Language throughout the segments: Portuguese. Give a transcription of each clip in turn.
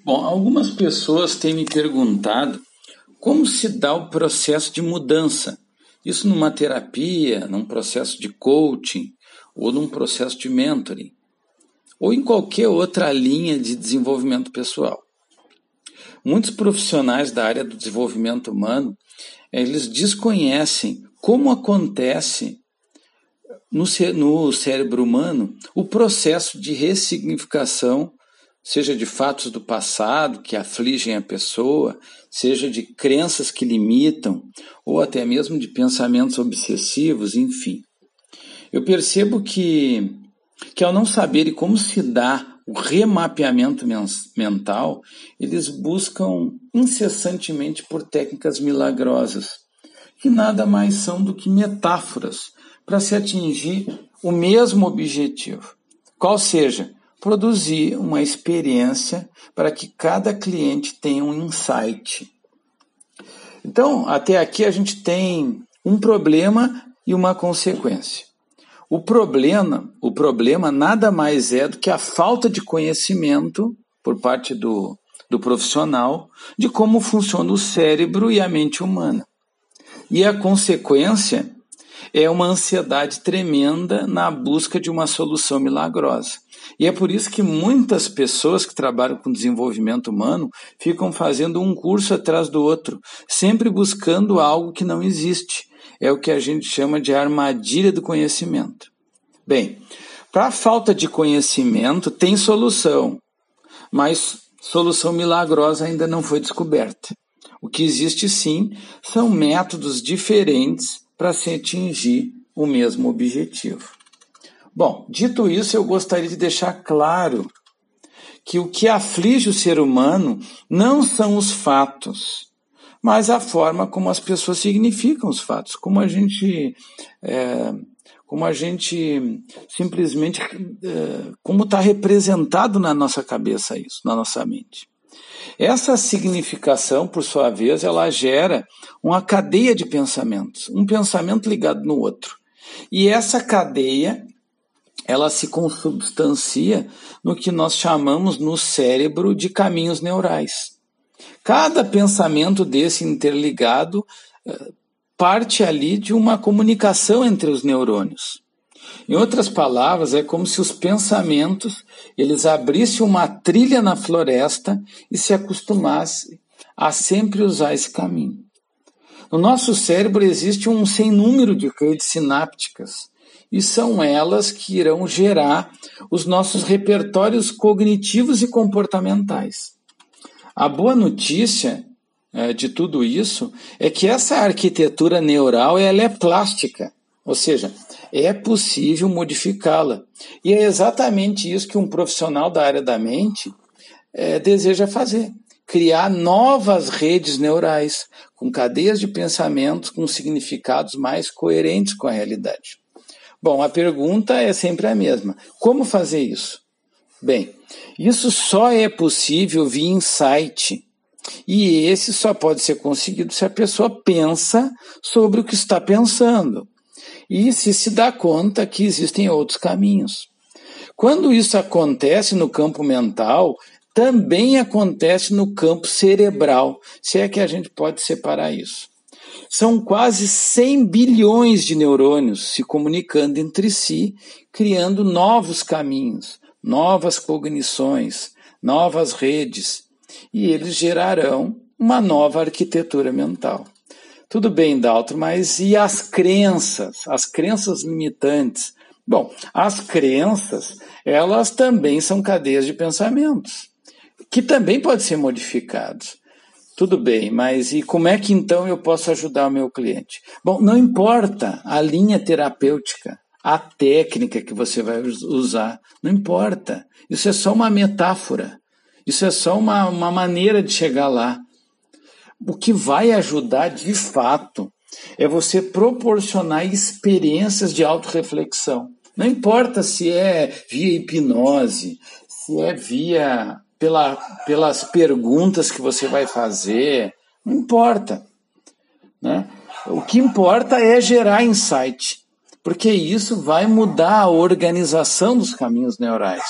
Bom, algumas pessoas têm me perguntado como se dá o processo de mudança. Isso numa terapia, num processo de coaching ou num processo de mentoring, ou em qualquer outra linha de desenvolvimento pessoal. Muitos profissionais da área do desenvolvimento humano, eles desconhecem como acontece no cérebro humano o processo de ressignificação, seja de fatos do passado que afligem a pessoa, seja de crenças que limitam, ou até mesmo de pensamentos obsessivos, enfim. Eu percebo que ao não saberem como se dá o remapeamento mental, eles buscam incessantemente por técnicas milagrosas, que nada mais são do que metáforas para se atingir o mesmo objetivo, qual seja, produzir uma experiência para que cada cliente tenha um insight. Então, até aqui a gente tem um problema e uma consequência. O problema nada mais é do que a falta de conhecimento por parte do profissional de como funciona o cérebro e a mente humana. E a consequência é uma ansiedade tremenda na busca de uma solução milagrosa. E é por isso que muitas pessoas que trabalham com desenvolvimento humano ficam fazendo um curso atrás do outro, sempre buscando algo que não existe. É o que a gente chama de armadilha do conhecimento. Bem, para a falta de conhecimento tem solução, mas solução milagrosa ainda não foi descoberta. O que existe sim são métodos diferentes para se atingir o mesmo objetivo. Bom, dito isso, eu gostaria de deixar claro que o que aflige o ser humano não são os fatos, mas a forma como as pessoas significam os fatos, como a gente simplesmente, como está representado na nossa cabeça isso, na nossa mente. Essa significação, por sua vez, ela gera uma cadeia de pensamentos, um pensamento ligado no outro. E essa cadeia, ela se consubstancia no que nós chamamos no cérebro de caminhos neurais. Cada pensamento desse interligado parte ali de uma comunicação entre os neurônios. Em outras palavras, é como se os pensamentos eles abrissem uma trilha na floresta e se acostumassem a sempre usar esse caminho. No nosso cérebro existe um sem número de redes sinápticas e são elas que irão gerar os nossos repertórios cognitivos e comportamentais. A boa notícia de tudo isso é que essa arquitetura neural ela é plástica, ou seja, é possível modificá-la. E é exatamente isso que um profissional da área da mente deseja fazer. Criar novas redes neurais, com cadeias de pensamentos, com significados mais coerentes com a realidade. Bom, a pergunta é sempre a mesma. Como fazer isso? Bem, isso só é possível via insight. E esse só pode ser conseguido se a pessoa pensa sobre o que está pensando. E se dá conta que existem outros caminhos. Quando isso acontece no campo mental, também acontece no campo cerebral, se é que a gente pode separar isso. São quase 100 bilhões de neurônios se comunicando entre si, criando novos caminhos, novas cognições, novas redes, e eles gerarão uma nova arquitetura mental. Tudo bem, Daltro, mas e as crenças limitantes? Bom, as crenças, elas também são cadeias de pensamentos, que também podem ser modificados. Tudo bem, mas e como é que então eu posso ajudar o meu cliente? Bom, não importa a linha terapêutica, a técnica que você vai usar, não importa. Isso é só uma metáfora, isso é só uma maneira de chegar lá. O que vai ajudar de fato é você proporcionar experiências de autorreflexão. Não importa se é via hipnose, se é pelas perguntas que você vai fazer, não importa. Né? O que importa é gerar insight, porque isso vai mudar a organização dos caminhos neurais.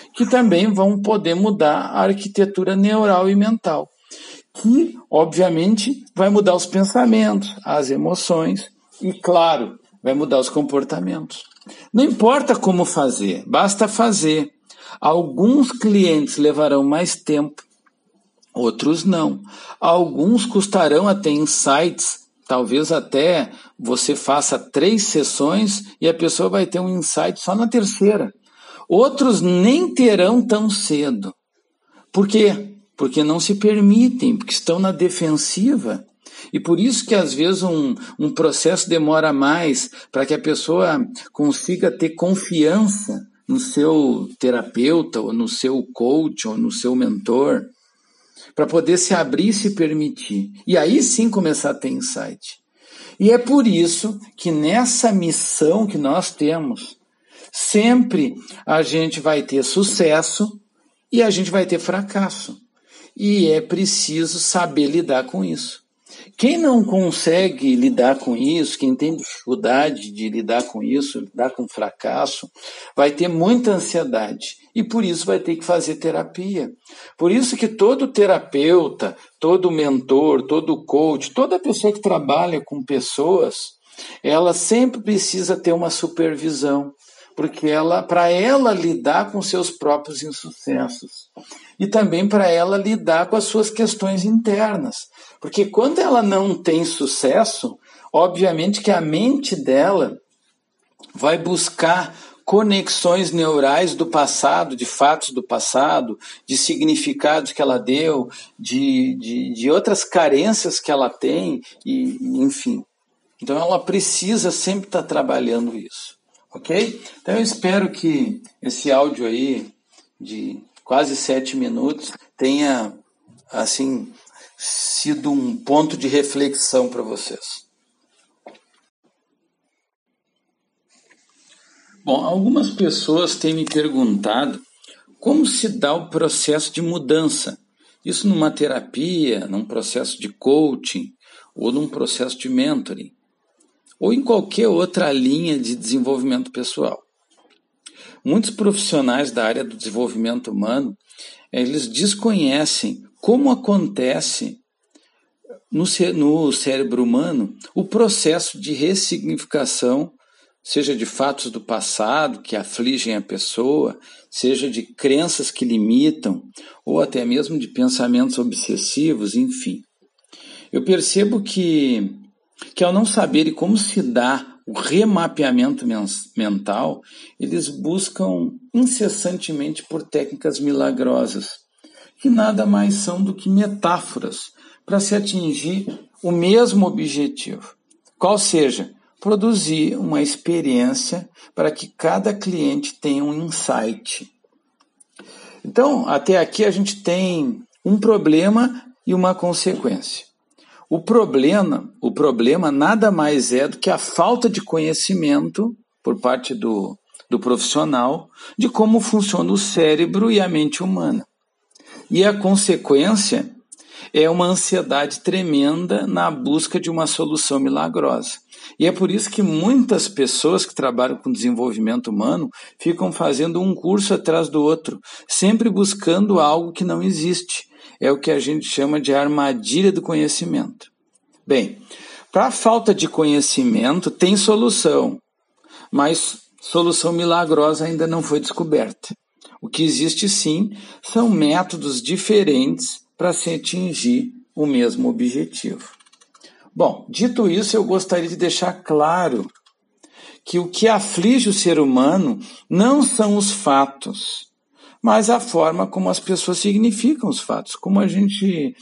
que também vão poder mudar a arquitetura neural e mental, que, obviamente, vai mudar os pensamentos, as emoções e, claro, vai mudar os comportamentos. Não importa como fazer, basta fazer. Alguns clientes levarão mais tempo, outros não. Alguns custarão até insights, talvez até você faça 3 sessões e a pessoa vai ter um insight só na terceira. Outros nem terão tão cedo. Por quê? Porque não se permitem, porque estão na defensiva. E por isso que às vezes um processo demora mais para que a pessoa consiga ter confiança no seu terapeuta, ou no seu coach, ou no seu mentor, para poder se abrir e se permitir. E aí sim começar a ter insight. E é por isso que nessa missão que nós temos, sempre a gente vai ter sucesso e a gente vai ter fracasso. E é preciso saber lidar com isso. Quem não consegue lidar com isso, quem tem dificuldade de lidar com isso, lidar com fracasso, vai ter muita ansiedade e por isso vai ter que fazer terapia. Por isso que todo terapeuta, todo mentor, todo coach, toda pessoa que trabalha com pessoas, ela sempre precisa ter uma supervisão, porque para ela lidar com seus próprios insucessos e também para ela lidar com as suas questões internas. Porque quando ela não tem sucesso, obviamente que a mente dela vai buscar conexões neurais do passado, de fatos do passado, de significados que ela deu, de outras carências que ela tem, e enfim. Então ela precisa sempre estar trabalhando isso, ok? Então eu espero que esse áudio aí de quase 7 minutos tenha, assim, sido um ponto de reflexão para vocês. Bom, algumas pessoas têm me perguntado como se dá o processo de mudança. Isso numa terapia, num processo de coaching ou num processo de mentoring, ou em qualquer outra linha de desenvolvimento pessoal. Muitos profissionais da área do desenvolvimento humano, eles desconhecem como acontece no cérebro humano o processo de ressignificação, seja de fatos do passado que afligem a pessoa, seja de crenças que limitam, ou até mesmo de pensamentos obsessivos, enfim. Eu percebo que ao não saberem como se dá o remapeamento mental, eles buscam incessantemente por técnicas milagrosas, que nada mais são do que metáforas para se atingir o mesmo objetivo, qual seja, produzir uma experiência para que cada cliente tenha um insight. Então, até aqui a gente tem um problema e uma consequência. O problema nada mais é do que a falta de conhecimento por parte do profissional de como funciona o cérebro e a mente humana. E a consequência é uma ansiedade tremenda na busca de uma solução milagrosa. E é por isso que muitas pessoas que trabalham com desenvolvimento humano ficam fazendo um curso atrás do outro, sempre buscando algo que não existe. É o que a gente chama de armadilha do conhecimento. Bem, para a falta de conhecimento tem solução, mas solução milagrosa ainda não foi descoberta. O que existe sim são métodos diferentes para se atingir o mesmo objetivo. Bom, dito isso, eu gostaria de deixar claro que o que aflige o ser humano não são os fatos, mas a forma como as pessoas significam os fatos, como a gente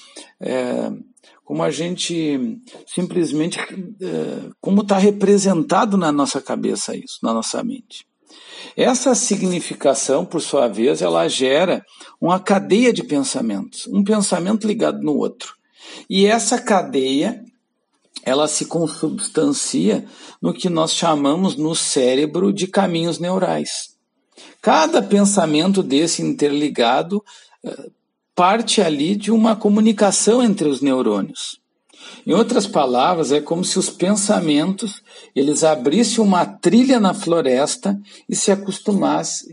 simplesmente, como está representado na nossa cabeça isso, na nossa mente. Essa significação, por sua vez, ela gera uma cadeia de pensamentos, um pensamento ligado no outro. E essa cadeia, ela se consubstancia no que nós chamamos no cérebro de caminhos neurais. Cada pensamento desse interligado parte ali de uma comunicação entre os neurônios. Em outras palavras, é como se os pensamentos eles abrissem uma trilha na floresta e se acostumassem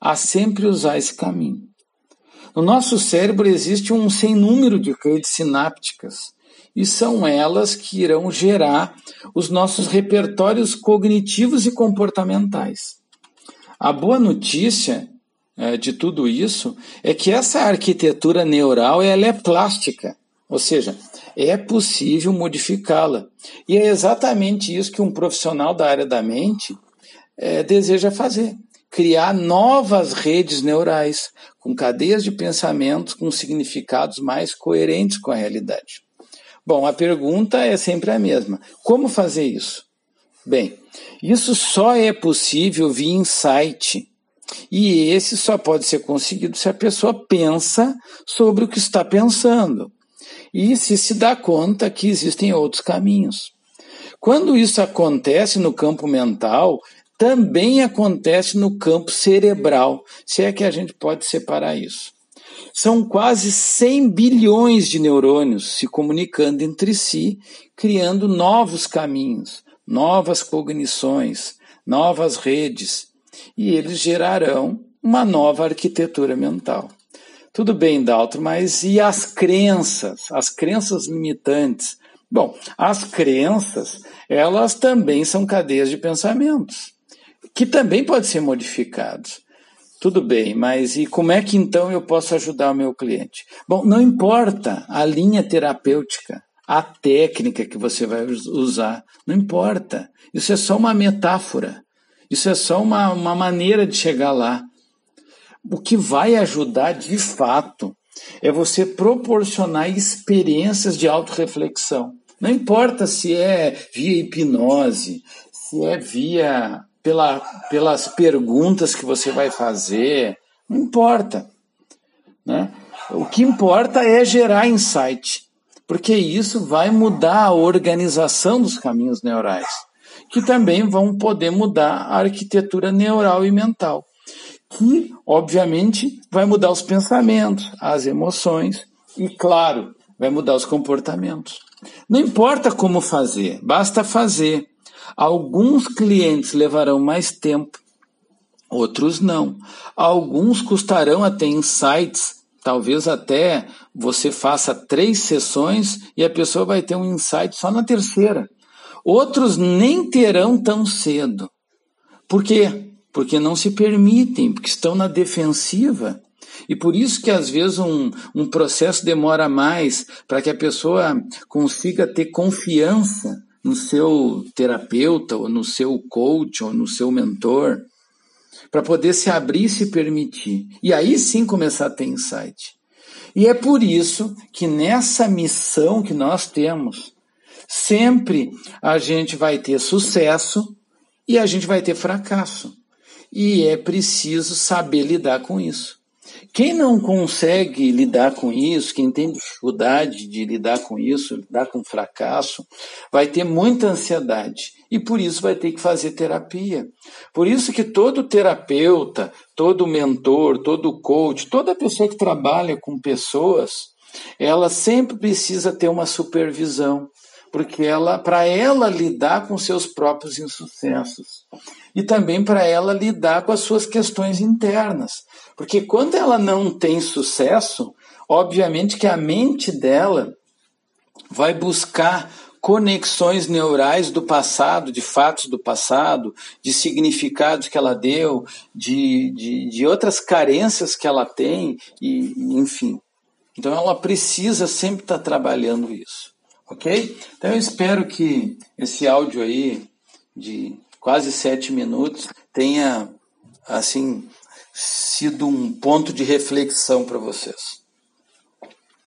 a sempre usar esse caminho. No nosso cérebro existe um sem número de redes sinápticas, e são elas que irão gerar os nossos repertórios cognitivos e comportamentais. A boa notícia de tudo isso é que essa arquitetura neural ela é plástica, ou seja, é possível modificá-la. E é exatamente isso que um profissional da área da mente deseja fazer. Criar novas redes neurais, com cadeias de pensamentos, com significados mais coerentes com a realidade. Bom, a pergunta é sempre a mesma. Como fazer isso? Bem, isso só é possível via insight. E esse só pode ser conseguido se a pessoa pensa sobre o que está pensando. E se dá conta que existem outros caminhos. Quando isso acontece no campo mental, também acontece no campo cerebral, se é que a gente pode separar isso. São quase 100 bilhões de neurônios se comunicando entre si, criando novos caminhos, novas cognições, novas redes, e eles gerarão uma nova arquitetura mental. Tudo bem, Daltro, mas e as crenças limitantes? Bom, as crenças, elas também são cadeias de pensamentos, que também podem ser modificados. Tudo bem, mas e como é que então eu posso ajudar o meu cliente? Bom, não importa a linha terapêutica, a técnica que você vai usar, não importa. Isso é só uma metáfora, isso é só uma maneira de chegar lá. O que vai ajudar de fato é você proporcionar experiências de autorreflexão. Não importa se é via hipnose, se é pelas perguntas que você vai fazer, não importa, né? O que importa é gerar insight, porque isso vai mudar a organização dos caminhos neurais, que também vão poder mudar a arquitetura neural e mental, que, obviamente, vai mudar os pensamentos, as emoções e, claro, vai mudar os comportamentos. Não importa como fazer, basta fazer. Alguns clientes levarão mais tempo, outros não. Alguns custarão até insights, talvez até você faça 3 sessões e a pessoa vai ter um insight só na terceira. Outros nem terão tão cedo. Por quê? Porque não se permitem, porque estão na defensiva. E por isso que às vezes um processo demora mais para que a pessoa consiga ter confiança no seu terapeuta, ou no seu coach, ou no seu mentor, para poder se abrir e se permitir. E aí sim começar a ter insight. E é por isso que nessa missão que nós temos, sempre a gente vai ter sucesso e a gente vai ter fracasso. E é preciso saber lidar com isso. Quem não consegue lidar com isso, quem tem dificuldade de lidar com isso, lidar com fracasso, vai ter muita ansiedade e por isso vai ter que fazer terapia. Por isso que todo terapeuta, todo mentor, todo coach, toda pessoa que trabalha com pessoas, ela sempre precisa ter uma supervisão, porque para ela lidar com seus próprios insucessos e também para ela lidar com as suas questões internas. Porque quando ela não tem sucesso, obviamente que a mente dela vai buscar conexões neurais do passado, de fatos do passado, de significados que ela deu, de outras carências que ela tem, e enfim. Então ela precisa sempre estar trabalhando isso, ok? Então eu espero que esse áudio aí, de quase 7 minutos, tenha, assim, sido um ponto de reflexão para vocês.